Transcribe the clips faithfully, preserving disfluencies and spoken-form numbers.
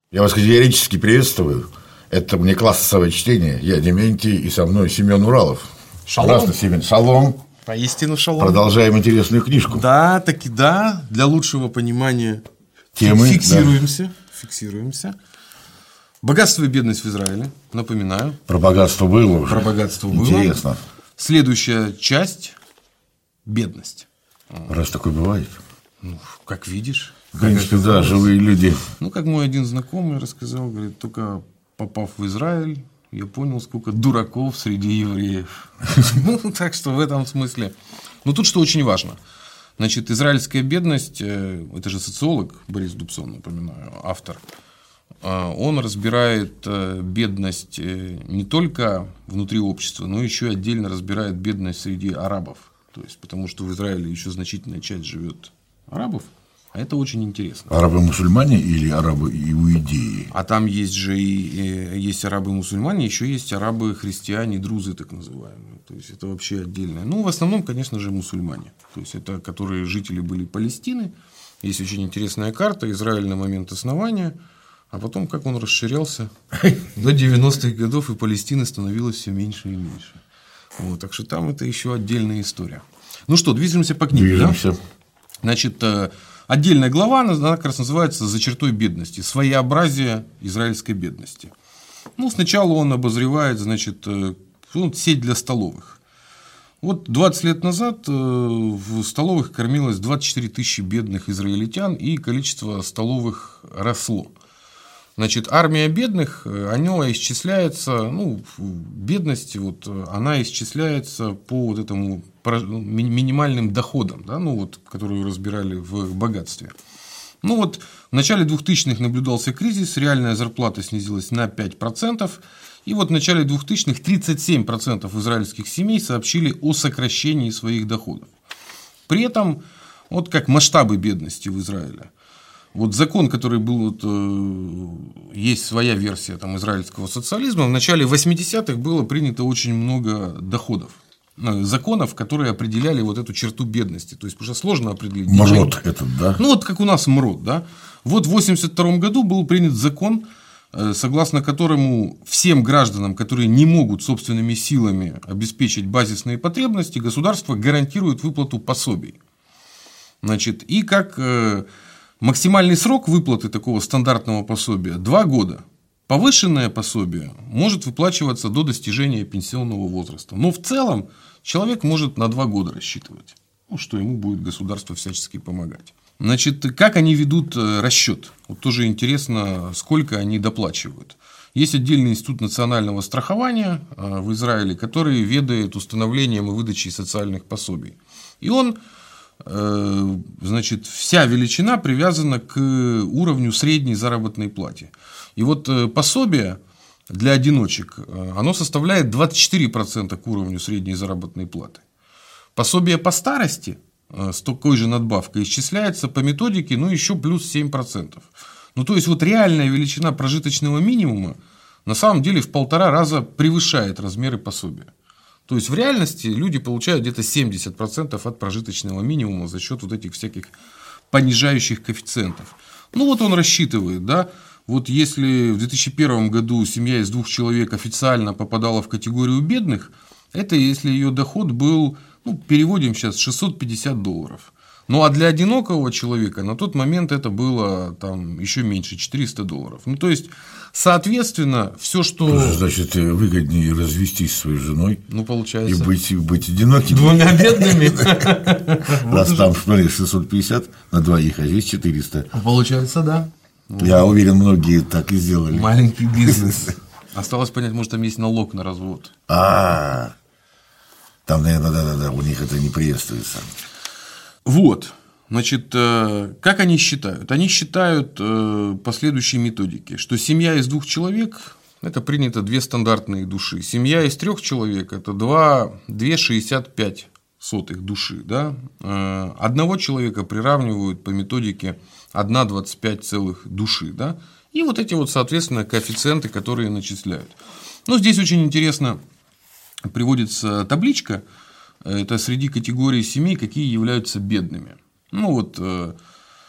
Я вас категорически приветствую. Это мне классовое чтение. Я Дементий, и со мной Семен Уралов. Шалом. Здравствуй, Семен. Шалом. Поистину шалом. Продолжаем интересную книжку. Да, таки да. Для лучшего понимания темы. Фиксируемся. Да. Фиксируемся. Богатство и бедность в Израиле. Напоминаю. Про богатство было уже. Про богатство было. Интересно. Следующая часть – бедность. Раз такое бывает. Ну, как видишь. В принципе, да, живые люди. Ну, как мой один знакомый рассказал, говорит, только попав в Израиль, я понял, сколько дураков среди евреев. Ну, так что в этом смысле. Но тут что очень важно. Значит, израильская бедность, это же социолог Борис Дубсон, напоминаю, автор. Он разбирает бедность не только внутри общества, но еще и отдельно разбирает бедность среди арабов. То есть, потому что в Израиле еще значительная часть живет арабов, а это очень интересно. Арабы-мусульмане или арабы-иудеи? А там есть же и, и есть арабы-мусульмане, еще есть арабы-христиане, друзы так называемые. То есть, это вообще отдельное. Ну, в основном, конечно же, мусульмане. То есть, это которые жители были Палестины. Есть очень интересная карта Израиль на момент основания. А потом, как он расширялся до девяностых годов, и Палестины становилось все меньше и меньше. Вот, так что там это еще отдельная история. Ну что, движемся по книге. Движемся. Да? Значит, отдельная глава, она как раз называется «За чертой бедности. Своеобразие израильской бедности». Ну, сначала он обозревает, значит, ну, сеть для столовых. Вот двадцать лет назад в столовых кормилось двадцать четыре тысячи бедных израильтян, и количество столовых росло. Значит, армия бедных, она исчисляется, ну, бедность, вот, она исчисляется по вот этому минимальным доходам, да, ну, вот, которые разбирали в богатстве. Ну, вот, в начале двухтысячных наблюдался кризис, реальная зарплата снизилась на пять процентов, и вот в начале двухтысячных тридцать семь процентов израильских семей сообщили о сокращении своих доходов. При этом, вот как масштабы бедности в Израиле. Вот закон, который был, вот, э, есть своя версия там, израильского социализма, в начале восьмидесятых было принято очень много доходов, э, законов, которые определяли вот эту черту бедности. То есть, потому что сложно определить. МРОД этот, да? Ну, вот как у нас МРОД, да. Вот в восемьдесят втором году был принят закон, э, согласно которому всем гражданам, которые не могут собственными силами обеспечить базисные потребности, государство гарантирует выплату пособий. Значит, и как... Э, Максимальный срок выплаты такого стандартного пособия – два года. Повышенное пособие может выплачиваться до достижения пенсионного возраста. Но в целом человек может на два года рассчитывать, ну, что ему будет государство всячески помогать. Значит, как они ведут расчет? Вот тоже интересно, сколько они доплачивают. Есть отдельный институт национального страхования в Израиле, который ведает установлением и выдачей социальных пособий. И он... Значит, вся величина привязана к уровню средней заработной платы. И вот пособие для одиночек, оно составляет двадцать четыре процента к уровню средней заработной платы. Пособие по старости с такой же надбавкой исчисляется по методике, ну, еще плюс семь процентов. Ну, то есть, вот реальная величина прожиточного минимума на самом деле в полтора раза превышает размеры пособия. То есть, в реальности люди получают где-то семьдесят процентов от прожиточного минимума за счет вот этих всяких понижающих коэффициентов. Ну, вот он рассчитывает, да, вот если в две тысячи первом году семья из двух человек официально попадала в категорию бедных, это если ее доход был, ну, переводим сейчас, шестьсот пятьдесят долларов. Ну, а для одинокого человека на тот момент это было там еще меньше, четыреста долларов. Ну, то есть, соответственно, все, что... Значит, выгоднее развестись со своей женой. Ну, получается. И быть, быть одиноким. Двумя бедными. Раз там, смотри, шестьсот пятьдесят на двоих, а здесь четыреста. Получается, да. Я уверен, многие так и сделали. Маленький бизнес. Осталось понять, может, там есть налог на развод. А, там, наверное, да-да-да, у них это не приветствуется. Вот, значит, как они считают? Они считают по следующей методике, что семья из двух человек – это принято две стандартные души. Семья из трех человек – это две целых шестьдесят пять сотых души. Да? Одного человека приравнивают по методике одна целая двадцать пять сотых души. Да? И вот эти вот, соответственно, коэффициенты, которые начисляют. Но здесь очень интересно приводится табличка. Это среди категорий семей, какие являются бедными. Ну, вот,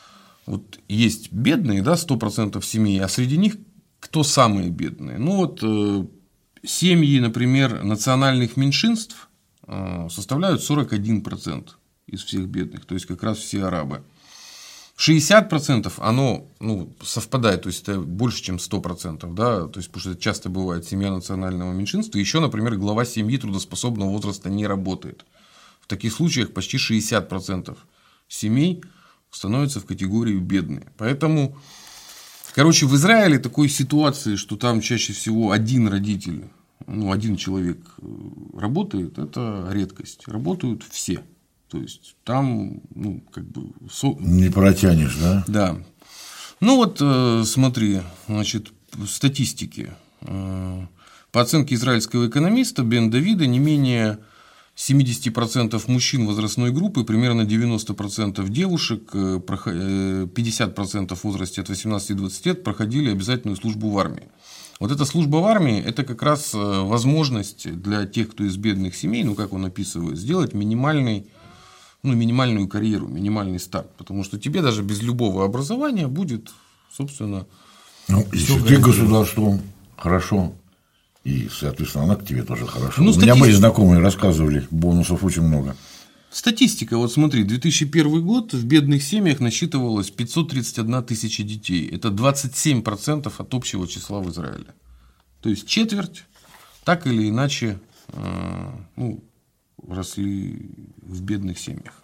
вот есть бедные, да, сто процентов семей, а среди них кто самые бедные? Ну, вот э, семьи, например, национальных меньшинств э, составляют сорок один процент из всех бедных, то есть как раз все арабы. шестьдесят процентов оно ну, совпадает, то есть это больше, чем сто процентов, да, то есть, потому что это часто бывает семья национального меньшинства, еще, например, глава семьи трудоспособного возраста не работает. В таких случаях почти шестьдесят процентов семей становятся в категорию бедные. Поэтому, короче, в Израиле такой ситуации, что там чаще всего один родитель, ну, один человек работает, это редкость. Работают все. То есть там, ну, как бы... Со... Не протянешь, да? Да. Ну, вот э, смотри, значит, статистики. Э, по оценке израильского экономиста Бен Давида, не менее семьдесят процентов мужчин возрастной группы, примерно девяносто процентов девушек, пятьдесят процентов в возрасте от восемнадцати до двадцати лет проходили обязательную службу в армии. Вот эта служба в армии – это как раз возможность для тех, кто из бедных семей, ну, как он описывает, сделать минимальный, ну, минимальную карьеру, минимальный старт. Потому что тебе даже без любого образования будет, собственно… Ну, если ты государством хорошо, и, соответственно, она к тебе тоже хорошо. Ну, У меня были знакомые, рассказывали, бонусов очень много. Статистика, вот смотри, две тысячи первый год в бедных семьях насчитывалось пятьсот тридцать одна тысяча детей. Это двадцать семь процентов от общего числа в Израиле. То есть четверть так или иначе э, ну, росли в бедных семьях.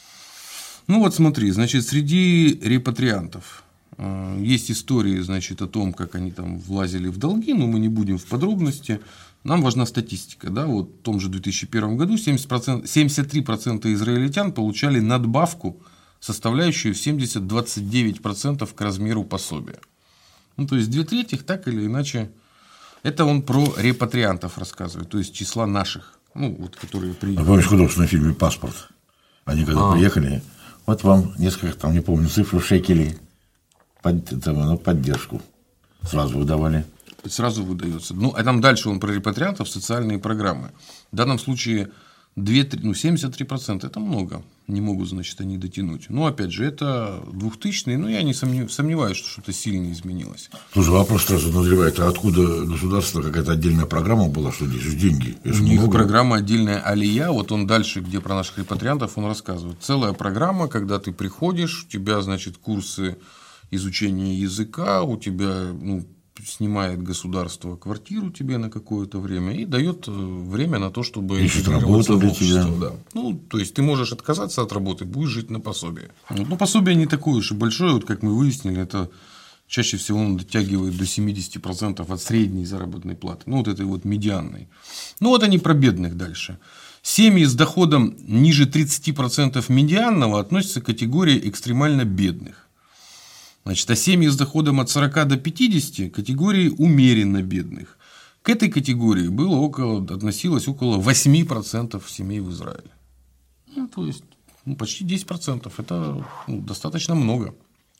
Ну вот смотри, значит, среди репатриантов э, есть истории, значит, о том, как они там влазили в долги, но мы не будем в подробности. Нам важна статистика. Да? Вот в том же две тысячи первом году семьдесят процентов, семьдесят три процента израильтян получали надбавку, составляющую в семьдесят двадцать девять процентов к размеру пособия. Ну, то есть две трети так или иначе. Это он про репатриантов рассказывает, то есть числа наших, ну, вот, которые приехали. А помнишь в художественном фильме «Паспорт»? Они когда а. приехали, вот вам несколько, там, не помню, цифру, шекелей, под, там, ну, поддержку сразу выдавали. Сразу выдается. Ну, а там дальше он про репатриантов, социальные программы. В данном случае две, ну, семьдесят три процента это много. Не могут, значит, они дотянуть. Но, опять же, это двухтысячные, но я не сомневаюсь, что что-то сильно изменилось. Слушай, вопрос сразу назревает, а откуда государство, какая-то отдельная программа была, что здесь деньги? У них программа отдельная «Алия», вот он дальше, где про наших репатриантов, он рассказывает. Целая программа, когда ты приходишь, у тебя, значит, курсы изучения языка, у тебя, ну, снимает государство квартиру тебе на какое-то время и дает время на то, чтобы ищет работу для тебя. Да. Ну, то есть ты можешь отказаться от работы, будешь жить на пособие. Ну, пособие не такое уж и большое, вот как мы выяснили, это чаще всего он дотягивает до семьдесят процентов от средней заработной платы, ну, вот этой вот медианной. Ну, вот они про бедных дальше. Семьи с доходом ниже тридцати процентов медианного относятся к категории экстремально бедных. Значит, а семьи с доходом от сорока до пятидесяти категории умеренно бедных. К этой категории было около, относилось около восемь процентов семей в Израиле. Ну, то есть, ну, почти десять процентов. Это, ну, достаточно много.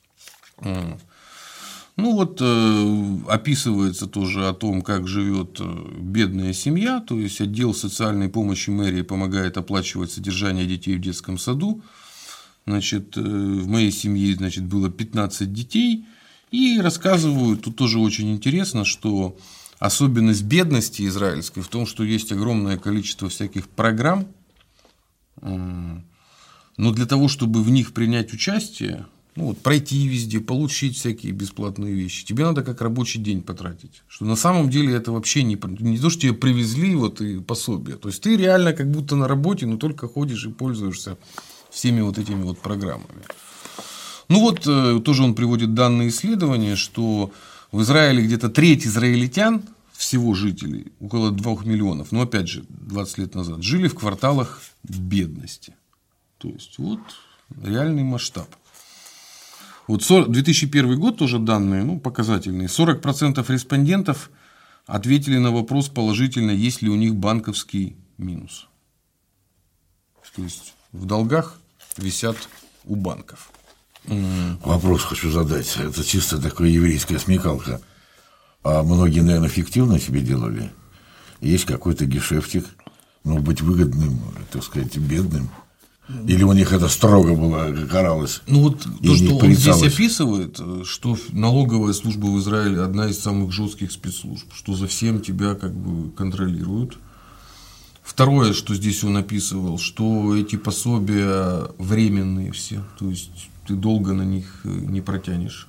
Ну, вот э, описывается тоже о том, как живет бедная семья. То есть, отдел социальной помощи мэрии помогает оплачивать содержание детей в детском саду. Значит, в моей семье, значит, было пятнадцать детей, и рассказывают, тут тоже очень интересно, что особенность бедности израильской в том, что есть огромное количество всяких программ, но для того, чтобы в них принять участие, ну, вот, пройти везде, получить всякие бесплатные вещи, тебе надо как рабочий день потратить, что на самом деле это вообще не, не то, что тебе привезли вот и пособие, то есть ты реально как будто на работе, но только ходишь и пользуешься всеми вот этими вот программами. Ну вот, тоже он приводит данные исследования, что в Израиле где-то треть израильтян, всего жителей, около двух миллионов, но опять же, двадцать лет назад, жили в кварталах бедности. То есть, вот реальный масштаб. Вот две тысячи первый год тоже данные, ну, показательные. сорок процентов респондентов ответили на вопрос положительно, есть ли у них банковский минус. То есть, в долгах висят у банков. Вопрос хочу задать. Это чисто такая еврейская смекалка. А многие, наверное, фиктивно себе делали. Есть какой-то гешефтик, но быть выгодным, так сказать, бедным. Или у них это строго было, каралось? Ну вот то, что он здесь описывает, что налоговая служба в Израиле одна из самых жестких спецслужб, что за всем тебя как бы контролируют. Второе, что здесь он описывал, что эти пособия временные все, то есть ты долго на них не протянешь.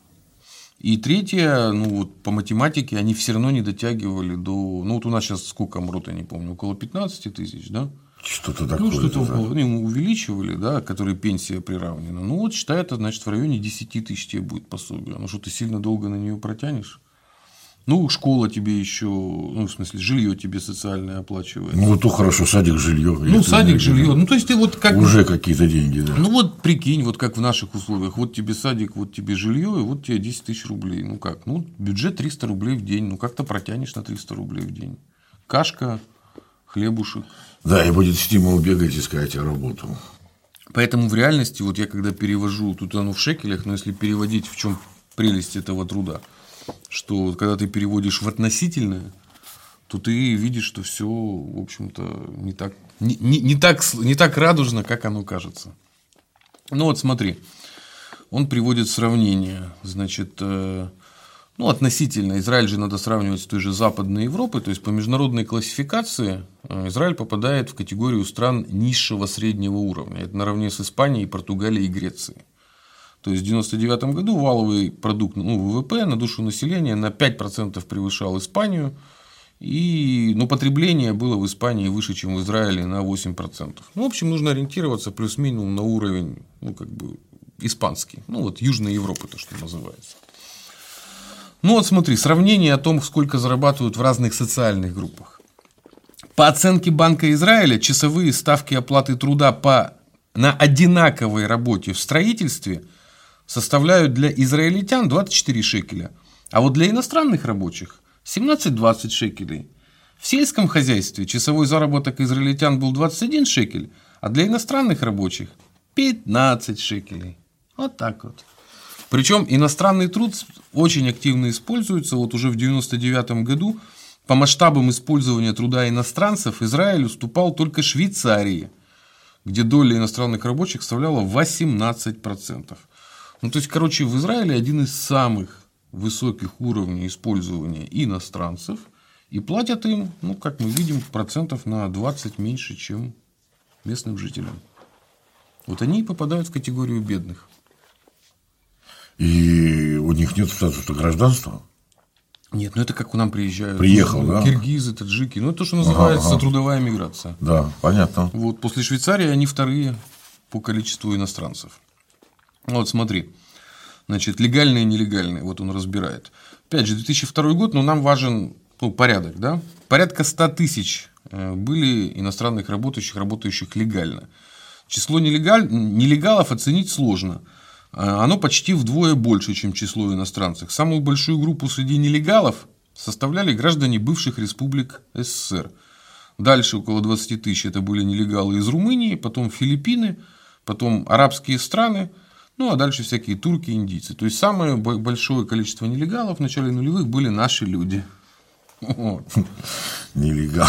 И третье, ну вот по математике они все равно не дотягивали до, ну вот у нас сейчас сколько МРОТ, я не помню, около пятнадцати тысяч, да? Что-то такое. Ну, что-то да. Ну, увеличивали, да, которые пенсия приравнена. Ну, вот считай, это значит в районе десяти тысяч тебе будет пособие. Ну, что ты сильно долго на нее протянешь? Ну, школа тебе еще, ну, в смысле, жилье тебе социальное оплачивает. Ну, вот то хорошо, садик, жилье. Ну, садик, жилье. Ну, то есть ты вот как. Уже какие-то деньги, да. Ну, вот прикинь, вот как в наших условиях. Вот тебе садик, вот тебе жилье, и вот тебе десять тысяч рублей. Ну как? Ну, бюджет триста рублей в день. Ну, как-то протянешь на триста рублей в день. Кашка, хлебушек. Да, и будет стимул бегать искать работу. Поэтому в реальности, вот я когда перевожу, тут оно в шекелях, но если переводить, в чем прелесть этого труда, что когда ты переводишь в относительное, то ты видишь, что все, в общем-то, не так, не, не, не, так, не так радужно, как оно кажется. Ну вот смотри, он приводит сравнение, значит, ну, относительно, Израиль же надо сравнивать с той же Западной Европой, то есть по международной классификации Израиль попадает в категорию стран низшего среднего уровня. Это наравне с Испанией, Португалией и Грецией. То есть в девяносто девятом году валовый продукт, ну, ВВП на душу населения на пять процентов превышал Испанию, и ну, потребление было в Испании выше, чем в Израиле на восемь процентов. Ну, в общем, нужно ориентироваться плюс-минимум на уровень, ну, как бы, испанский, ну, вот Южной Европы, то, что называется. Ну вот смотри, сравнение о том, сколько зарабатывают в разных социальных группах. По оценке Банка Израиля, часовые ставки оплаты труда по, на одинаковой работе в строительстве составляют для израильтян двадцать четыре шекеля, а вот для иностранных рабочих семнадцать-двадцать шекелей. В сельском хозяйстве часовой заработок израильтян был двадцать один шекель, а для иностранных рабочих пятнадцать шекелей. Вот так вот. Причем иностранный труд очень активно используется. Вот уже в девяносто девятом году по масштабам использования труда иностранцев Израиль уступал только Швейцарии, где доля иностранных рабочих составляла восемнадцать процентов. Ну, то есть, короче, в Израиле один из самых высоких уровней использования иностранцев, и платят им, ну, как мы видим, процентов на двадцать меньше, чем местным жителям. Вот они и попадают в категорию бедных. И у них нет статуса гражданства? Нет, ну это как к нам приезжают. Приехал, ну, да? Киргизы, таджики. Ну, это то, что называется ага, ага. трудовая миграция. Да, понятно. Вот, после Швейцарии они вторые по количеству иностранцев. Вот, смотри. Значит, легальные и нелегальные. Вот он разбирает. Опять же, две тысячи второй год, но нам важен ну, порядок, да? Порядка ста тысяч были иностранных работающих, работающих легально. Число нелегаль... нелегалов оценить сложно. Оно почти вдвое больше, чем число иностранцев. Самую большую группу среди нелегалов составляли граждане бывших республик СССР. Дальше около двадцати тысяч это были нелегалы из Румынии, потом Филиппины, потом арабские страны, ну а дальше всякие турки, индийцы. То есть самое большое количество нелегалов в начале нулевых были наши люди. Вот. Нелегал.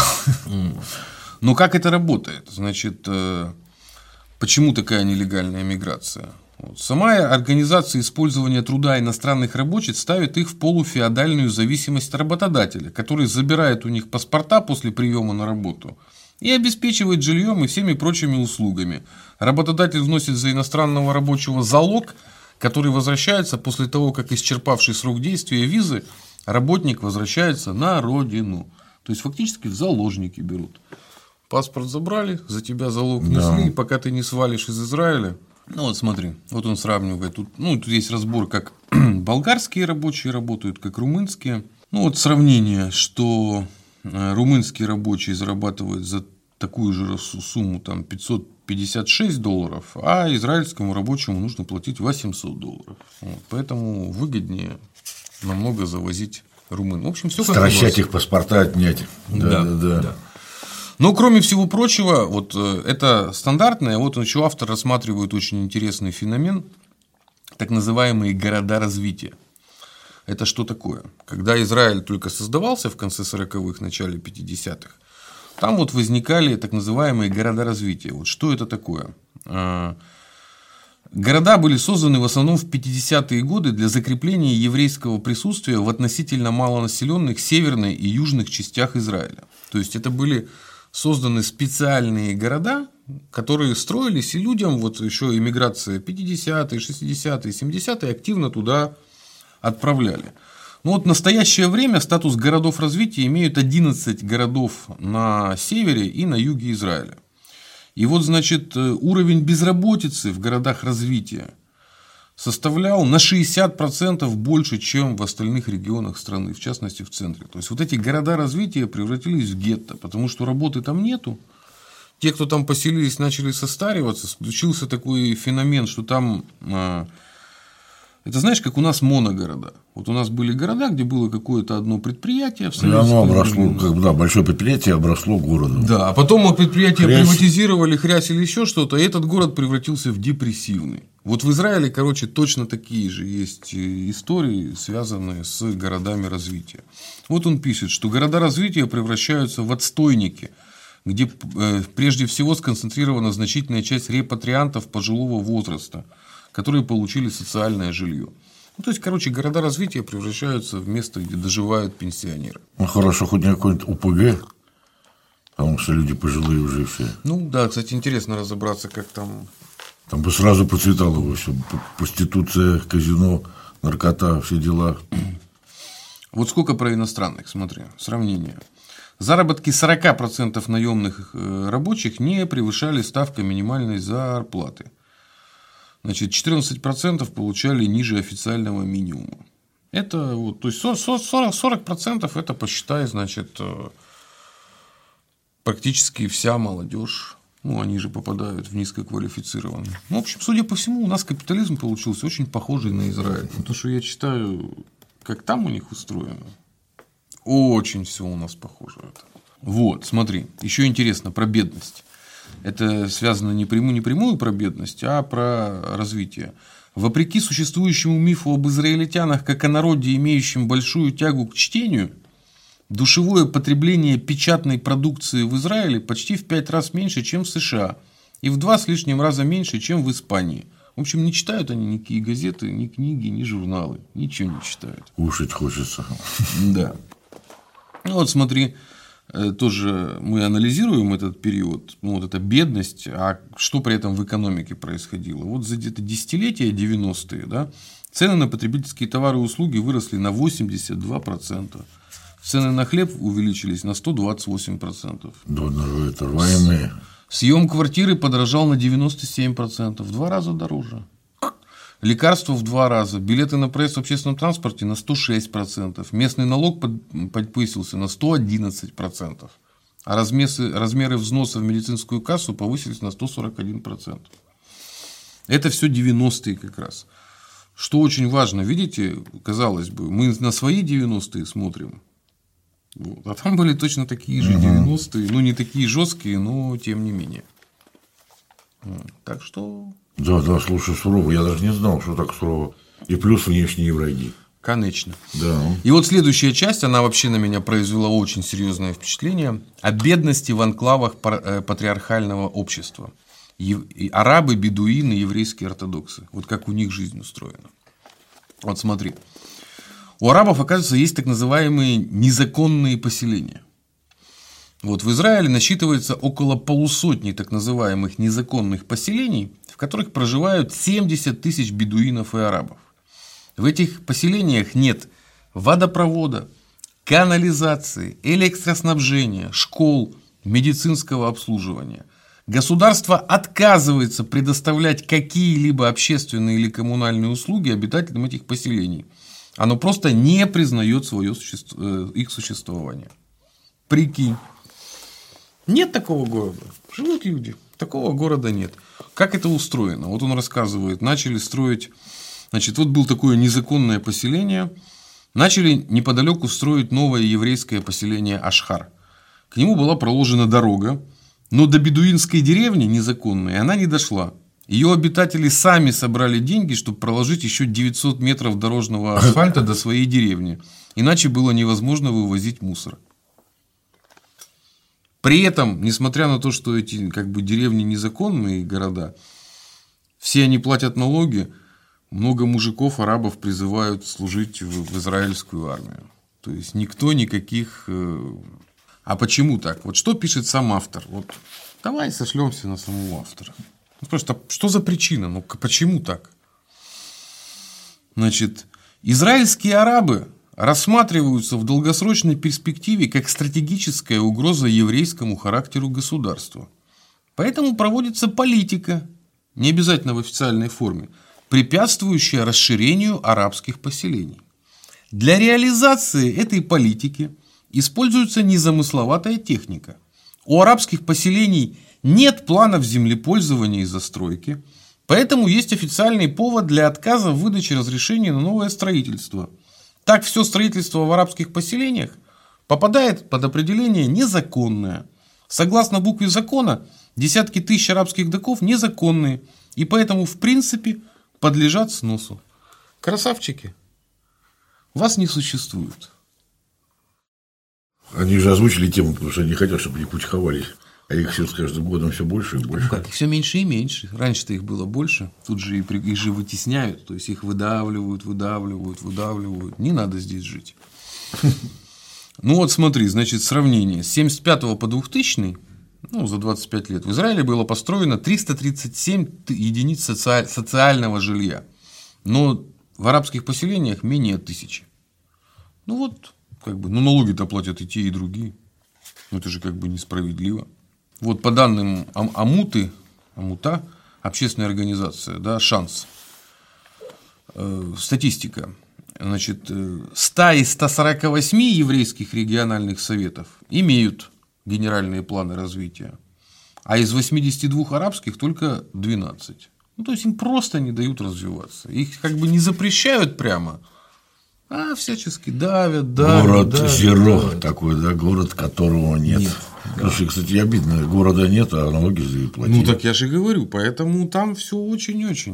Но как это работает? Значит, почему такая нелегальная миграция? Сама организация использования труда иностранных рабочих ставит их в полуфеодальную зависимость от работодателя, который забирает у них паспорта после приема на работу и обеспечивает жильем и всеми прочими услугами. Работодатель вносит за иностранного рабочего залог, который возвращается после того, как исчерпавший срок действия визы, работник возвращается на родину. То есть фактически в заложники берут. Паспорт забрали, за тебя залог несли, да. И пока ты не свалишь из Израиля. Ну вот смотри, вот он сравнивает, тут, ну, тут есть разбор, как болгарские рабочие работают, как румынские. Ну вот сравнение, что румынские рабочие зарабатывают за такую же сумму там, пятьсот пятьдесят шесть долларов, а израильскому рабочему нужно платить восемьсот долларов. Вот, поэтому выгоднее намного завозить румын. В общем, все как Стращать их паспорта, отнять. Да, да, да. да. Но, кроме всего прочего, вот это стандартное, вот еще автор рассматривает очень интересный феномен, так называемые города развития. Это что такое? Когда Израиль только создавался в конце сороковых, начале пятидесятых, Там вот возникали так называемые города развития. Вот что это такое? Города были созданы в основном в пятидесятые годы для закрепления еврейского присутствия в относительно малонаселенных северной и южных частях Израиля. То есть это были созданы специальные города, которые строились, и людям, вот еще иммиграция пятидесятые, шестидесятые, семидесятые активно туда отправляли. Ну вот в настоящее время статус городов развития имеют одиннадцать городов на севере и на юге Израиля. И вот, значит, уровень безработицы в городах развития составлял на шестьдесят процентов больше, чем в остальных регионах страны, в частности в центре. То есть вот эти города развития превратились в гетто, потому что работы там нету. Те, кто там поселились, начали состариваться. Случился такой феномен, что там... Это знаешь, как у нас моногорода. Вот у нас были города, где было какое-то одно предприятие. В и оно обросло, как бы, да, большое предприятие обросло городом. Да, а потом предприятие Хрясь. приватизировали, хрясили еще что-то, и этот город превратился в депрессивный. Вот в Израиле, короче, точно такие же есть истории, связанные с городами развития. Вот он пишет, что города развития превращаются в отстойники, где прежде всего сконцентрирована значительная часть репатриантов пожилого возраста, которые получили социальное жилье. Ну, то есть, короче, города развития превращаются в место, где доживают пенсионеры. Ну, хорошо, хоть не какой-нибудь УПГ, потому что люди пожилые уже все. Ну, да, кстати, интересно разобраться, как там... Там бы сразу процветало бы все. Проституция, казино, наркота, все дела. Вот сколько про иностранных, смотри, сравнение. Заработки сорок процентов наемных рабочих не превышали ставка минимальной зарплаты. Значит, четырнадцать процентов получали ниже официального минимума. Это вот, то есть сорок процентов это, посчитай, значит, практически вся молодежь. Ну, они же попадают в низкоквалифицированные. Ну, в общем, судя по всему, у нас капитализм получился очень похожий на Израиль. То, что я читаю, как там у них устроено, очень все у нас похоже. Вот, смотри, еще интересно про бедность. Это связано не прямую, не прямую про бедность, а про развитие. Вопреки существующему мифу об израильтянах как о народе, имеющем большую тягу к чтению, душевое потребление печатной продукции в Израиле почти в пять раз меньше, чем в США, и в два с лишним раза меньше, чем в Испании. В общем, не читают они никакие газеты, ни книги, ни журналы, ничего не читают. Кушать хочется. Да. Ну вот смотри. Тоже мы анализируем этот период, ну, вот эта бедность, а что при этом в экономике происходило. Вот за где-то десятилетия девяностые, да, цены на потребительские товары и услуги выросли на восемьдесят два процента. Цены на хлеб увеличились на сто двадцать восемь процентов. Да, это рваемые. Съем квартиры подорожал на девяносто семь процентов, в два раза дороже. Лекарства в два раза, билеты на проезд в общественном транспорте на сто шесть процентов, местный налог подпысился на сто одиннадцать процентов, а размеры, размеры взноса в медицинскую кассу повысились на сто сорок один процент. Это все девяностые как раз. Что очень важно, видите, казалось бы, мы на свои девяностые смотрим, вот, а там были точно такие же девяностые, ну не такие жесткие, но тем не менее. Так что... Да, да, слушай, сурово. Я даже не знал, что так сурово. И плюс внешние враги. Конечно. Да. И вот следующая часть, она вообще на меня произвела очень серьезное впечатление. О бедности в анклавах патриархального общества. Арабы, бедуины, еврейские ортодоксы. Вот как у них жизнь устроена. Вот смотри. У арабов, оказывается, есть так называемые незаконные поселения. Вот в Израиле насчитывается около полусотни так называемых незаконных поселений, в которых проживают семьдесят тысяч бедуинов и арабов. В этих поселениях нет водопровода, канализации, электроснабжения, школ, медицинского обслуживания. Государство отказывается предоставлять какие-либо общественные или коммунальные услуги обитателям этих поселений. Оно просто не признает свое суще... их существование. Прикинь. Нет такого города. Живут люди. Такого города нет. Как это устроено? Вот он рассказывает. Начали строить... Значит, вот было такое незаконное поселение. Начали неподалеку строить новое еврейское поселение Ашхар. К нему была проложена дорога. Но до бедуинской деревни незаконной она не дошла. Ее обитатели сами собрали деньги, чтобы проложить еще девятьсот метров дорожного асфальта до своей деревни. Иначе было невозможно вывозить мусор. При этом, несмотря на то, что эти как бы деревни незаконные города, все они платят налоги, много мужиков, арабов призывают служить в, в израильскую армию. То есть никто никаких... А почему так? Вот что пишет сам автор? Вот давай сошлемся на самого автора. Ну, просто что за причина? Ну почему так? Значит, израильские арабы рассматриваются в долгосрочной перспективе как стратегическая угроза еврейскому характеру государства. Поэтому проводится политика, не обязательно в официальной форме, препятствующая расширению арабских поселений. Для реализации этой политики используется незамысловатая техника. У арабских поселений нет планов землепользования и застройки, поэтому есть официальный повод для отказа в выдаче разрешения на новое строительство. Так все строительство в арабских поселениях попадает под определение незаконное. Согласно букве закона, десятки тысяч арабских домов незаконные и поэтому в принципе подлежат сносу. Красавчики, вас не существует. Они же озвучили тему, потому что они хотят, чтобы они кучковались. А их все с каждым годом все больше и больше. Ну как, их все меньше и меньше. Раньше-то их было больше. Тут же их же вытесняют. То есть их выдавливают, выдавливают, выдавливают. Не надо здесь жить. Ну вот смотри, значит, сравнение. С семьдесят пятого по двухтысячный, ну, за двадцать пять лет, в Израиле было построено триста тридцать семь единиц соци... социального жилья. Но в арабских поселениях менее тысячи. Ну вот, как бы, ну налоги-то платят и те, и другие. Ну это же как бы несправедливо. Вот по данным Амуты, Амута, общественная организация, да, Шанс, э, статистика, значит, сто из ста сорока восьми еврейских региональных советов имеют генеральные планы развития, а из восьмидесяти двух арабских только двенадцать. Ну, то есть им просто не дают развиваться. Их как бы не запрещают прямо, а всячески давят, давят. Город давят, Зеро давят. такой, да, город, которого нет. Нет. Слушай, да. Кстати, обидно, города нет, а налоги платить. Ну, так я же говорю, поэтому там все очень-очень.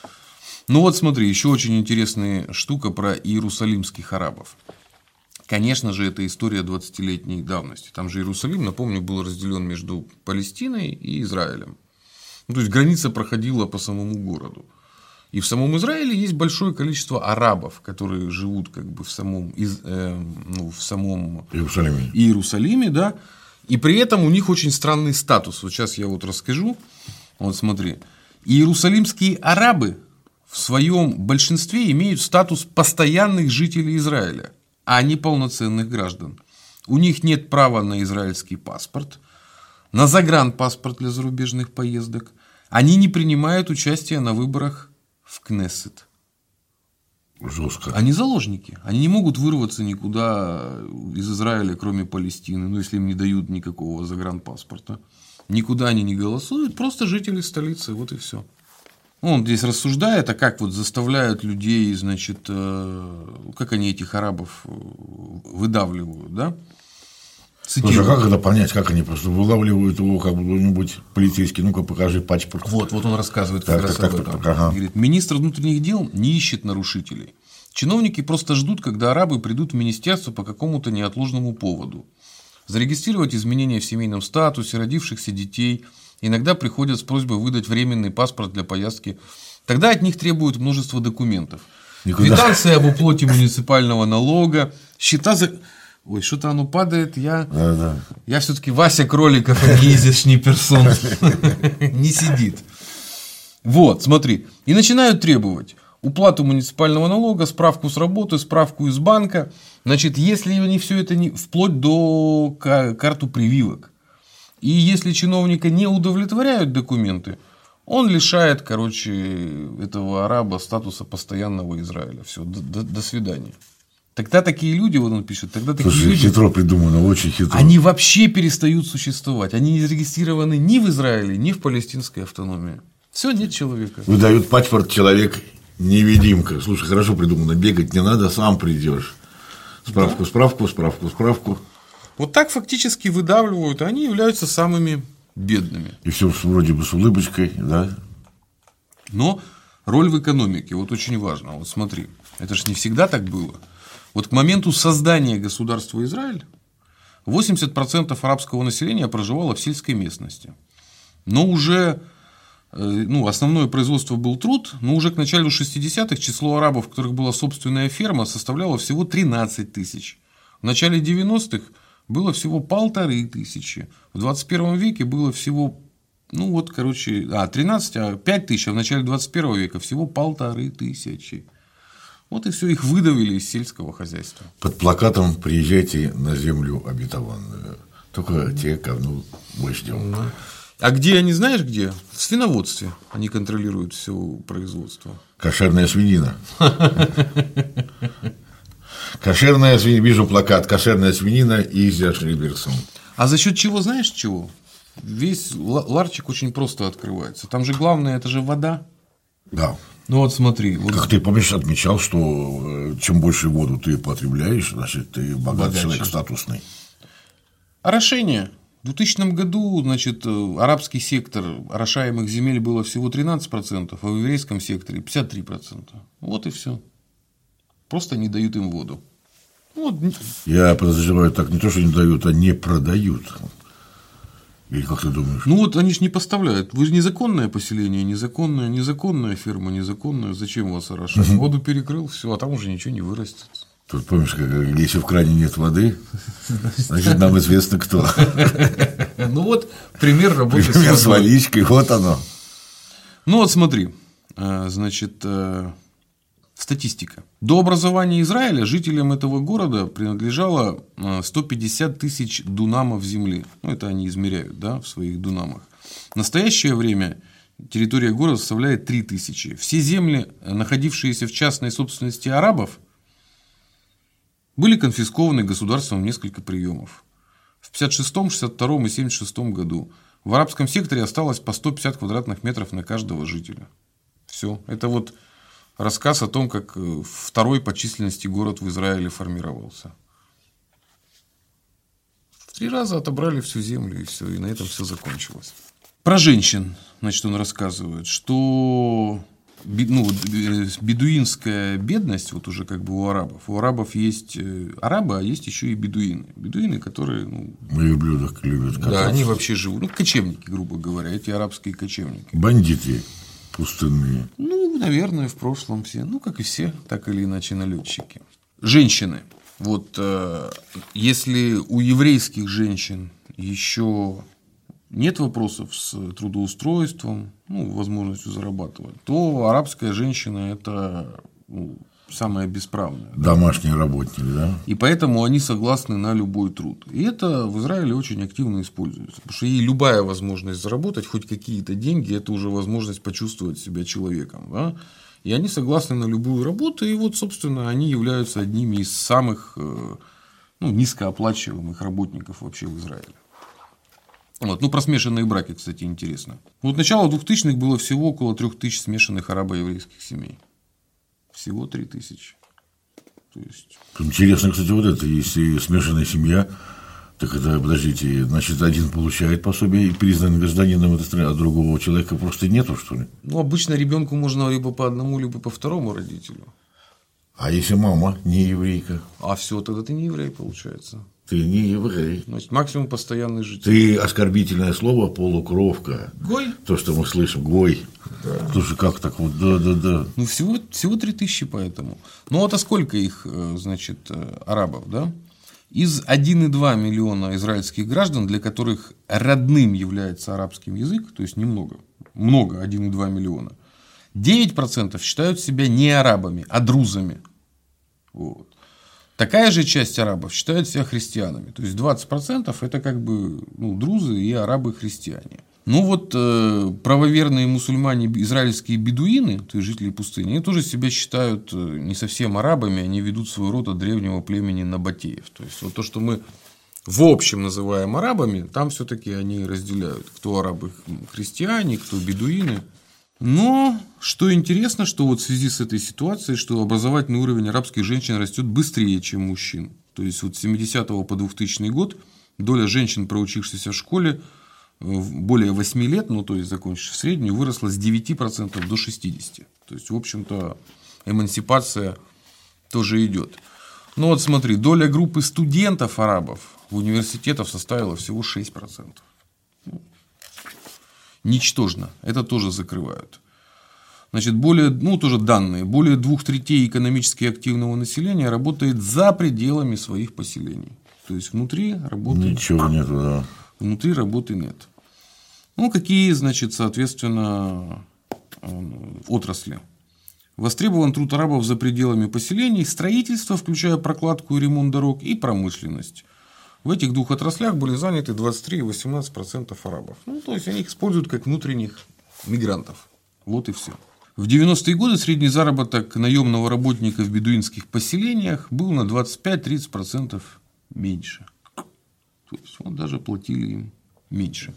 Ну, вот смотри, еще очень интересная штука про иерусалимских арабов. Конечно же, это история двадцатилетней давности. Там же Иерусалим, напомню, был разделен между Палестиной и Израилем. Ну, то есть граница проходила по самому городу. И в самом Израиле есть большое количество арабов, которые живут как бы в самом, э, ну, в самом Иерусалиме. Иерусалиме, да. И при этом у них очень странный статус. Вот сейчас я вот расскажу. Вот смотри. Иерусалимские арабы в своем большинстве имеют статус постоянных жителей Израиля, а не полноценных граждан. У них нет права на израильский паспорт, на загранпаспорт для зарубежных поездок. Они не принимают участие на выборах в Кнессет. Жестко. Они заложники. Они не могут вырваться никуда из Израиля, кроме Палестины, ну, если им не дают никакого загранпаспорта. Никуда они не голосуют, просто жители столицы, вот и все. Он здесь рассуждает, а как вот заставляют людей, значит, как они этих арабов выдавливают, да? Слушай, а как это понять, как они просто вылавливают его, как бы-нибудь полицейский, ну-ка покажи паспорт. Вот, вот он рассказывает как так, раз так, об так, этом. так, ага. Говорит, министр внутренних дел не ищет нарушителей. Чиновники просто ждут, когда арабы придут в министерство по какому-то неотложному поводу. Зарегистрировать изменения в семейном статусе, родившихся детей. Иногда приходят с просьбой выдать временный паспорт для поездки. Тогда от них требуют множество документов. Никуда. Квитанции об уплате муниципального налога, счета за... Ой, что-то оно падает, я, да, да. я все-таки Вася Кроликов, а не изящный персон, не сидит. Вот, смотри, и начинают требовать уплату муниципального налога, справку с работы, справку из банка. Значит, если они все это не... вплоть до карту прививок. И если чиновника не удовлетворяют документы, он лишает, короче, этого араба статуса постоянного Израиля. Все, до, до, до свидания. Тогда такие люди, вот он пишет, тогда такие Слушай, люди, хитро придумано, очень хитро. Они вообще перестают существовать. Они не зарегистрированы ни в Израиле, ни в палестинской автономии. Все, нет человека. Выдают паспорт, человек невидимка. Слушай, хорошо придумано, бегать не надо, сам придешь. Справку, да. справку, справку, справку. Вот так фактически выдавливают, они являются самыми бедными. И все вроде бы с улыбочкой, да? Но роль в экономике, вот очень важно. Вот смотри, это же не всегда так было. Вот к моменту создания государства Израиль восемьдесят процентов арабского населения проживало в сельской местности. Но уже ну, основное производство был труд, но уже к началу шестидесятых число арабов, у которых была собственная ферма, составляло всего тринадцать тысяч. В начале девяностых было всего полторы тысячи. В двадцать первом веке было всего, ну вот, короче, а, тринадцать, а пять тысяч, а в начале двадцать первого века всего полторы тысячи. Вот и все, их выдавили из сельского хозяйства. Под плакатом «Приезжайте на землю обетованную». Только те, кому больше дел. А где они, знаешь где? В свиноводстве они контролируют все производство. Кошерная свинина. Кошерная свинина, вижу плакат «Кошерная свинина» и Изяш-Риберсон. А за счет чего, знаешь чего? Весь ларчик очень просто открывается. Там же главное, это же вода. Да. Ну вот смотри. Вот... Как ты, помнишь, отмечал, что чем больше воду ты потребляешь, значит, ты богатый Богаче. Человек, статусный. Орошение. В двухтысячном году, значит, арабский сектор орошаемых земель было всего тринадцать процентов, а в еврейском секторе пятьдесят три процента. Вот и все. Просто не дают им воду. Вот. Я подозреваю, так не то, что не дают, а не продают. Или как ты думаешь? Ну вот они же не поставляют. Вы же незаконное поселение, незаконная, незаконная ферма, незаконная. Зачем вас орошать? Воду перекрыл, все, а там уже ничего не вырастет. Тут помнишь, как если в кране нет воды, значит, нам известно кто. Ну вот пример работы с водичкой, вот оно. Ну вот смотри, значит, статистика. До образования Израиля жителям этого города принадлежало сто пятьдесят тысяч дунамов земли. Ну, это они измеряют, да, в своих дунамах. В настоящее время территория города составляет три тысячи. Все земли, находившиеся в частной собственности арабов, были конфискованы государством в несколько приемов. В пятьдесят шестом, шестьдесят втором и семьдесят шестом году в арабском секторе осталось по сто пятьдесят квадратных метров на каждого жителя. Все. Это вот рассказ о том, как второй по численности город в Израиле формировался. В три раза отобрали всю землю, и все, и на этом все закончилось. Про женщин, значит, он рассказывает, что ну, бедуинская бедность, вот уже как бы у арабов. У арабов есть арабы, а есть еще и бедуины. Бедуины, которые... Ну, мои блюда любят кататься. Да, они вообще живут. Ну, кочевники, грубо говоря, эти арабские кочевники. Бандиты пустынные. Ну, наверное, в прошлом все. Ну, как и все, так или иначе налетчики. Женщины. Вот э, если у еврейских женщин еще нет вопросов с трудоустройством, ну, возможностью зарабатывать, то арабская женщина – это ну, самая бесправная. Домашний работник, да? И поэтому они согласны на любой труд. И это в Израиле очень активно используется. Потому что ей любая возможность заработать хоть какие-то деньги – это уже возможность почувствовать себя человеком. Да? И они согласны на любую работу. И вот, собственно, они являются одними из самых ну, низкооплачиваемых работников вообще в Израиле. Вот. Ну, про смешанные браки, кстати, интересно. Вот начало двухтысячных было всего около трех тысяч смешанных арабо-еврейских семей. Всего три тысячи. То есть... Интересно, кстати, вот это, если смешанная семья, так это, подождите, значит, один получает пособие и признан гражданином этой страны, а другого человека просто нету, что ли? Ну, обычно ребенку можно либо по одному, либо по второму родителю. А если мама не еврейка? А все, тогда ты не еврей, получается. Ты не еврей. Значит, максимум постоянный житель. Ты оскорбительное слово полукровка. Гой? То, что мы слышим, гой. Да. Слушай, как так вот, да-да-да. Ну, всего, всего три тысячи поэтому. Ну, вот а сколько их, значит, арабов, да? Из одного и двух миллиона израильских граждан, для которых родным является арабский язык, то есть немного, много, один и два миллиона, девять процентов считают себя не арабами, а друзами. Вот. Такая же часть арабов считает себя христианами. То есть двадцать процентов это как бы ну, друзы и арабы-христиане. Ну вот э, правоверные мусульмане, израильские бедуины, то есть жители пустыни, они тоже себя считают не совсем арабами, они ведут свой род от древнего племени набатеев. То есть вот то, что мы в общем называем арабами, там все-таки они разделяют, кто арабы-христиане, кто бедуины. Но, что интересно, что вот в связи с этой ситуацией, что образовательный уровень арабских женщин растет быстрее, чем мужчин. То есть, вот с семидесятого по двухтысячный год доля женщин, проучившихся в школе более восьми лет, ну, то есть, закончивших среднюю, выросла с девяти процентов до шестидесяти процентов. То есть, в общем-то, эмансипация тоже идет. Ну, вот смотри, доля группы студентов арабов в университетах составила всего шесть процентов. Ну, ничтожно. Это тоже закрывают. Значит, более, ну, тоже данные. Более двух третей экономически активного населения работает за пределами своих поселений. То есть, внутри работы... Ничего нет, да. Внутри работы нет. Ну, какие, значит, соответственно, отрасли? Востребован труд арабов за пределами поселений, строительство, включая прокладку и ремонт дорог, и промышленность. В этих двух отраслях были заняты двадцать три и восемнадцать процентов арабов. Ну, то есть, они их используют как внутренних мигрантов. Вот и все. В девяностые годы средний заработок наемного работника в бедуинских поселениях был на двадцать пять - тридцать процентов меньше. То есть, вот даже платили им меньше.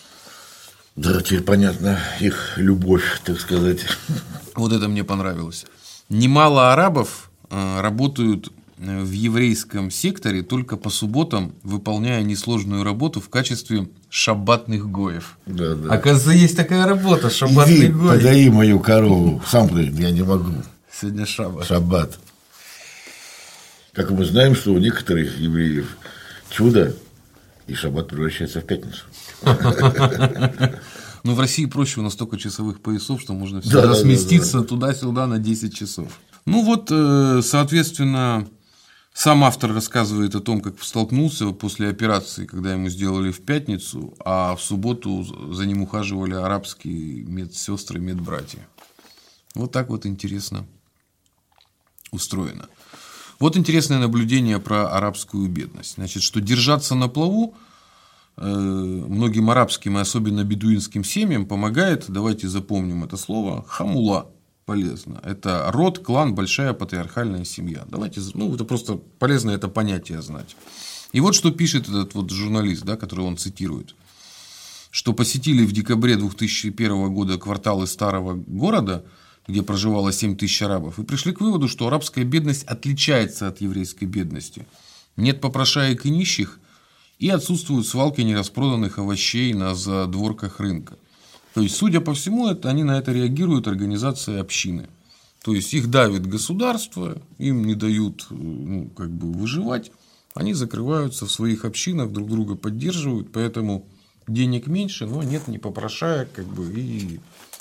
Да, теперь понятно их любовь, так сказать. Вот это мне понравилось. Немало арабов работают в еврейском секторе только по субботам, выполняя несложную работу в качестве шаббатных гоев. Да, да. Оказывается, есть такая работа, шаббатный Иди, гой. подай мою корову. Сам подай, я не могу. Сегодня шаббат. Шаббат. Как мы знаем, что у некоторых евреев чудо, и шаббат превращается в пятницу. Ну, в России проще, у нас столько часовых поясов, что можно всегда да, сместиться да, да. туда-сюда на десять часов. Ну, вот, соответственно, сам автор рассказывает о том, как столкнулся после операции, когда ему сделали в пятницу, а в субботу за ним ухаживали арабские медсестры, медбратья. Вот так вот интересно устроено. Вот интересное наблюдение про арабскую бедность. Значит, что держаться на плаву многим арабским и особенно бедуинским семьям помогает, давайте запомним это слово, хамула. Полезно. Это род, клан, большая патриархальная семья. Давайте, ну, это просто полезно это понятие знать. И вот что пишет этот вот журналист, да, который он цитирует, что посетили в декабре две тысячи первого года кварталы старого города, где проживало семь тысяч арабов, и пришли к выводу, что арабская бедность отличается от еврейской бедности. Нет попрошаек и нищих, и отсутствуют свалки нераспроданных овощей на задворках рынка. То есть, судя по всему, это, они на это реагируют организации общины. То есть, их давит государство, им не дают, ну, как бы выживать, они закрываются в своих общинах, друг друга поддерживают, поэтому денег меньше, но нет ни попрошаек, как бы, и...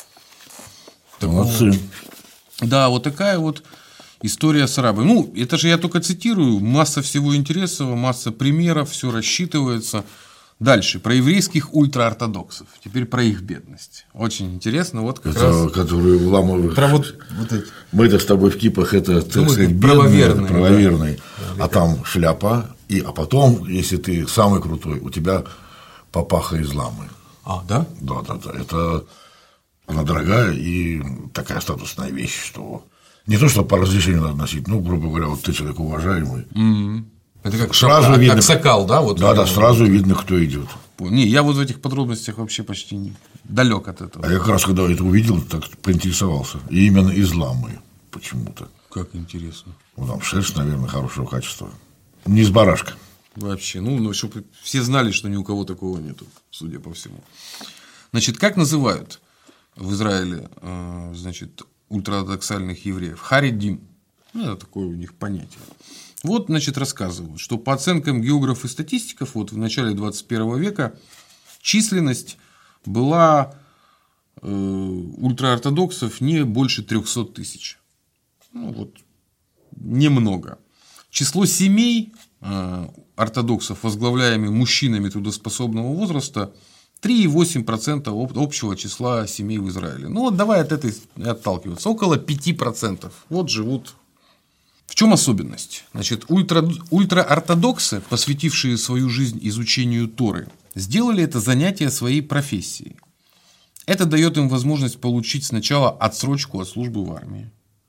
Молодцы. Да, вот такая вот история с арабами. Ну, это же я только цитирую, масса всего интересного, масса примеров, все рассчитывается. Дальше, про еврейских ультраортодоксов. Теперь про их бедность. Очень интересно. Вот как это, раз... которые вламывают. Про вот, вот эти. Мы-то с тобой в кипах, это, так ну, сказать, правоверные. правоверные. Да. А там шляпа, и, а потом, если ты самый крутой, у тебя папаха из ламы. А, да? Да, да, да. Это она дорогая и такая статусная вещь, что не то, что по разрешению надо носить, ну, грубо говоря, вот ты человек уважаемый. Mm-hmm. Это как, сразу шапка, видно, как сокал, да? Вот да, да, сразу видно, кто идет. Не, я вот в этих подробностях вообще почти не далек от этого. А я как раз, когда это увидел, так поинтересовался. И именно из ламы почему-то. Как интересно. Ну, там шерсть, наверное, хорошего качества. Не из барашка. Вообще, ну, ну, чтобы все знали, что ни у кого такого нету, судя по всему. Значит, как называют в Израиле, значит, ультраортодоксальных евреев? Харидим. Ну, это такое у них понятие. Вот, значит, рассказывают, что по оценкам географов и статистиков, вот в начале двадцать первого века численность была э, ультраортодоксов не больше трехсот тысяч. Ну, вот, немного. Число семей э, ортодоксов, возглавляемых мужчинами трудоспособного возраста, три и восемь десятых процента общего числа семей в Израиле. Ну, вот давай от этой отталкиваться. Около пяти процентов вот живут. В чем особенность? Значит, ультра, ультраортодоксы, посвятившие свою жизнь изучению Торы, сделали это занятие своей профессией. Это дает им возможность получить сначала отсрочку от службы в армии,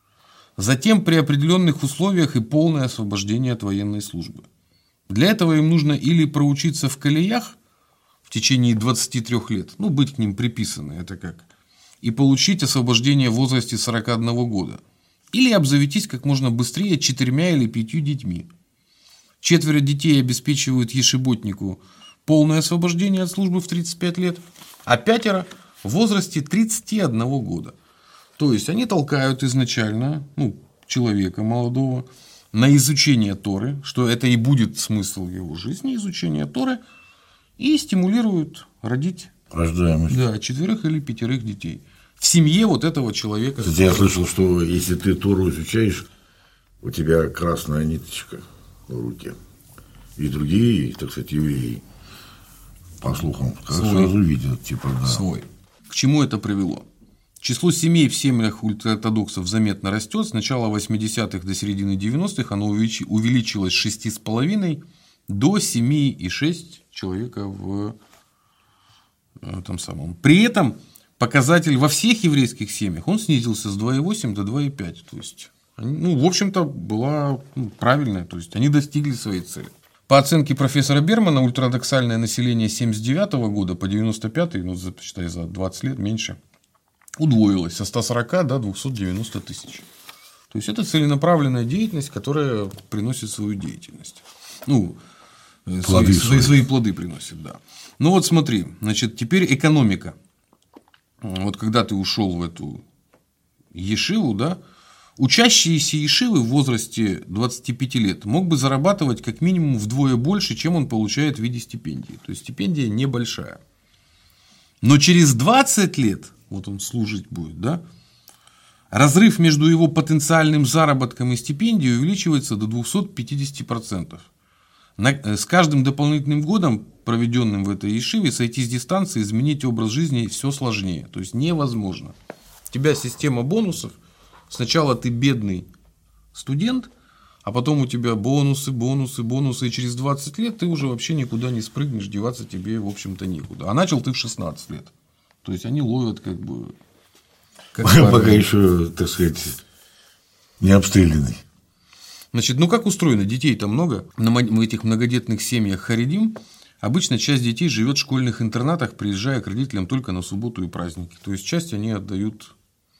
затем при определенных условиях и полное освобождение от военной службы. Для этого им нужно или проучиться в колеях в течение двадцати трёх лет, ну, быть к ним приписаны, это как, и получить освобождение в возрасте сорока одного года. Или обзавестись как можно быстрее четырьмя или пятью детьми. Четверо детей обеспечивают ешеботнику полное освобождение от службы в тридцать пять лет, а пятеро в возрасте тридцати одного года. То есть, они толкают изначально, ну, человека молодого на изучение Торы, что это и будет смысл его жизни, изучение Торы, и стимулируют родить рождаемость. Да, четверых или пятерых детей в семье вот этого человека. Кстати, я слышал, что если ты Тору изучаешь, у тебя красная ниточка в руке. И другие, так сказать, евреи, по слухам, сразу видят, типа, да. Свой. К чему это привело? Число семей в семьях ультраортодоксов заметно растет. С начала восьмидесятых до середины девяностых оно увеличилось с шести с половиной до семи и шесть человека в этом самом. При этом показатель во всех еврейских семьях он снизился с двух целых восьми до двух целых пяти. То есть, ну, в общем-то, была ну, правильная. То есть, они достигли своей цели. По оценке профессора Бермана, ультраортодоксальное население с семьдесят девятого года по девяносто пятый, ну, считай, за двадцать лет меньше, удвоилось со ста сорока до двухсот девяноста тысяч. То есть, это целенаправленная деятельность, которая приносит свою деятельность. Ну, плоды свои, свои, свои плоды приносит, да. Ну, вот смотри, значит, теперь экономика. Вот когда ты ушел в эту ешиву, да, учащийся ешивы в возрасте двадцати пяти лет мог бы зарабатывать как минимум вдвое больше, чем он получает в виде стипендии. То есть, стипендия небольшая. Но через двадцать лет, вот он служить будет, да, разрыв между его потенциальным заработком и стипендией увеличивается до двухсот пятидесяти процентов. С каждым дополнительным годом, проведенным в этой ешиве, сойти с дистанции, изменить образ жизни все сложнее. То есть, невозможно. У тебя система бонусов. Сначала ты бедный студент, а потом у тебя бонусы, бонусы, бонусы. И через двадцать лет ты уже вообще никуда не спрыгнешь, деваться тебе, в общем-то, некуда. А начал ты в шестнадцать лет. То есть, они ловят как бы... Как пока еще, так сказать, не обстрелянный. Значит, ну как устроено? Детей-то много. В этих многодетных семьях харидим обычно часть детей живет в школьных интернатах, приезжая к родителям только на субботу и праздники. То есть, часть они отдают.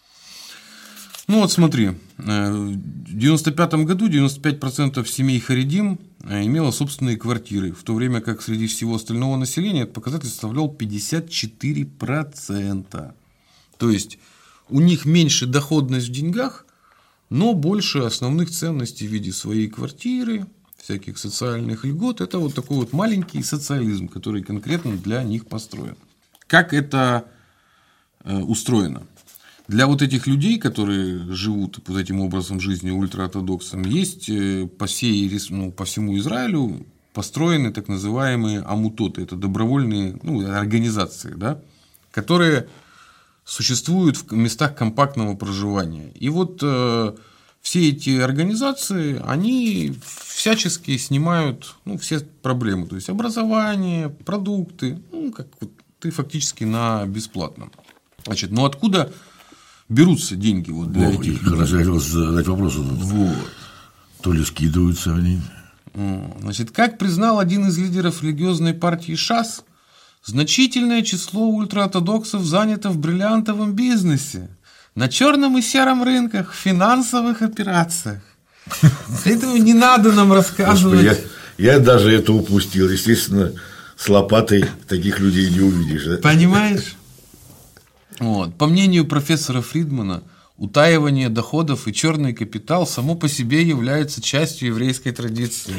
Ну вот смотри, в девяносто пятом году девяносто пять процентов семей харидим имело собственные квартиры, в то время как среди всего остального населения этот показатель составлял пятьдесят четыре процента. То есть, у них меньше доходность в деньгах, но больше основных ценностей в виде своей квартиры, всяких социальных льгот. Это вот такой вот маленький социализм, который конкретно для них построен. Как это устроено? Для вот этих людей, которые живут вот этим образом жизни ультраортодоксом, есть по, всей, ну, по всему Израилю построены так называемые амутоты. Это добровольные ну, организации, да, которые существуют в местах компактного проживания. И вот э, все эти организации, они всячески снимают ну, все проблемы. То есть, образование, продукты. Ну, как вот, ты фактически на бесплатном. Значит, ну откуда берутся деньги вот для Ох, этих людей? Раз я хотел задать вопрос. Вот. То ли скидываются они. Значит, как признал один из лидеров религиозной партии ШАС, значительное число ультраортодоксов занято в бриллиантовом бизнесе, на черном и сером рынках, в финансовых операциях. Поэтому не надо нам рассказывать. Господи, я, я даже это упустил. Естественно, с лопатой таких людей не увидишь. Да? Понимаешь? Вот. По мнению профессора Фридмана, утаивание доходов и черный капитал само по себе является частью еврейской традиции.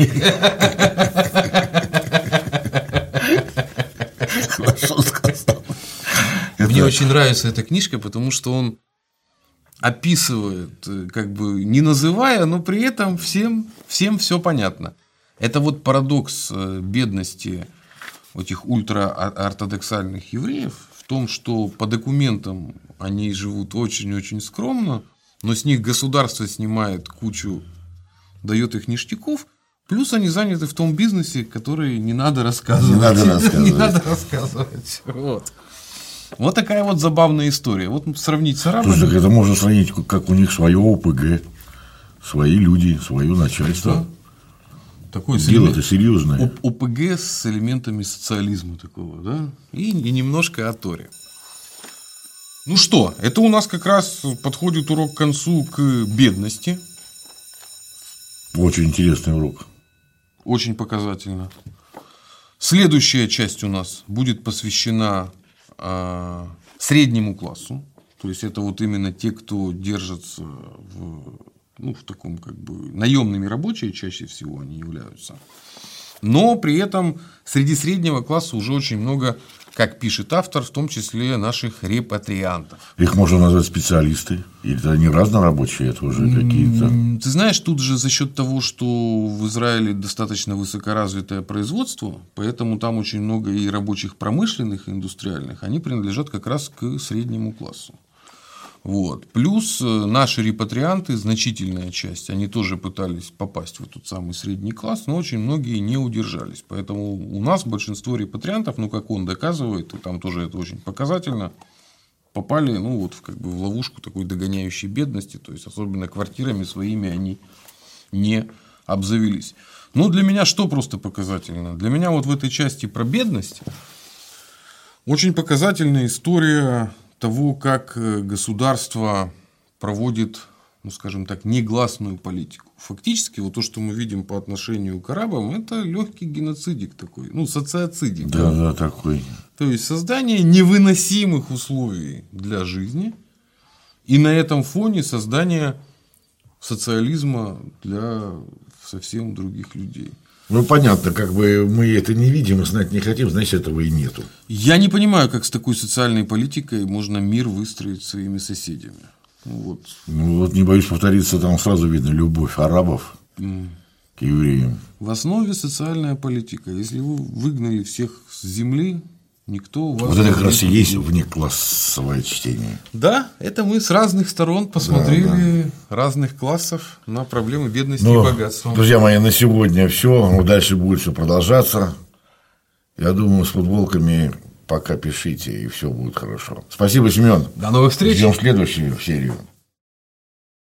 Хорошо сказал. Мне очень нравится эта книжка, потому что он описывает, как бы не называя, но при этом всем, всем все понятно. Это вот парадокс бедности этих ультраортодоксальных евреев в том, что по документам они живут очень-очень скромно, но с них государство снимает кучу, дает их ништяков, плюс они заняты в том бизнесе, который не надо рассказывать. Не надо рассказывать. Не надо рассказывать. Вот. Вот такая вот забавная история. Вот сравнить с арабами. Слушай, это можно сравнить, как у них свое ОПГ, свои люди, свое начальство. Да. Такое дело-то серьезное. ОПГ с элементами социализма такого, да? И, и немножко о Торе. Ну что, это у нас как раз подходит урок к концу, к бедности. Очень интересный урок. Очень показательно. Следующая часть у нас будет посвящена э, среднему классу. То есть, это вот именно те, кто держится в ну, в таком как бы наемными рабочие чаще всего они являются. Но при этом среди среднего класса уже очень много, как пишет автор, в том числе наших репатриантов. Их можно назвать специалисты? Или это не разнорабочие, это уже какие-то... Ты знаешь, тут же за счет того, что в Израиле достаточно высокоразвитое производство, поэтому там очень много и рабочих промышленных, и индустриальных, они принадлежат как раз к среднему классу. Вот. Плюс наши репатрианты, значительная часть, они тоже пытались попасть в этот самый средний класс, но очень многие не удержались. Поэтому у нас большинство репатриантов, ну, как он доказывает, и там тоже это очень показательно, попали, ну, вот, как бы в ловушку такой догоняющей бедности, то есть особенно квартирами своими они не обзавелись. Но для меня что просто показательно? Для меня вот в этой части про бедность очень показательная история того, как государство проводит, ну, скажем так, негласную политику. Фактически, вот то, что мы видим по отношению к арабам, это легкий геноцидик такой, ну, социоцидик. Да, да, да, такой. То есть создание невыносимых условий для жизни, и на этом фоне создание социализма для совсем других людей. Ну, понятно, как бы мы это не видим и знать не хотим, значит, этого и нету. Я не понимаю, как с такой социальной политикой можно мир выстроить своими соседями. Вот. Ну, вот не боюсь повториться, там сразу видно любовь арабов mm. к евреям. В основе социальная политика. Если вы выгнали всех с земли, никто вас... Вот это как раз и есть внеклассовое чтение. Да, это мы с разных сторон посмотрели, да, да. разных классов на проблемы бедности ну, и богатства. Друзья мои, на сегодня все. Ну, дальше будет все продолжаться. Я думаю, с футболками пока пишите, и все будет хорошо. Спасибо, Семен. До новых встреч. Ждем следующую серию.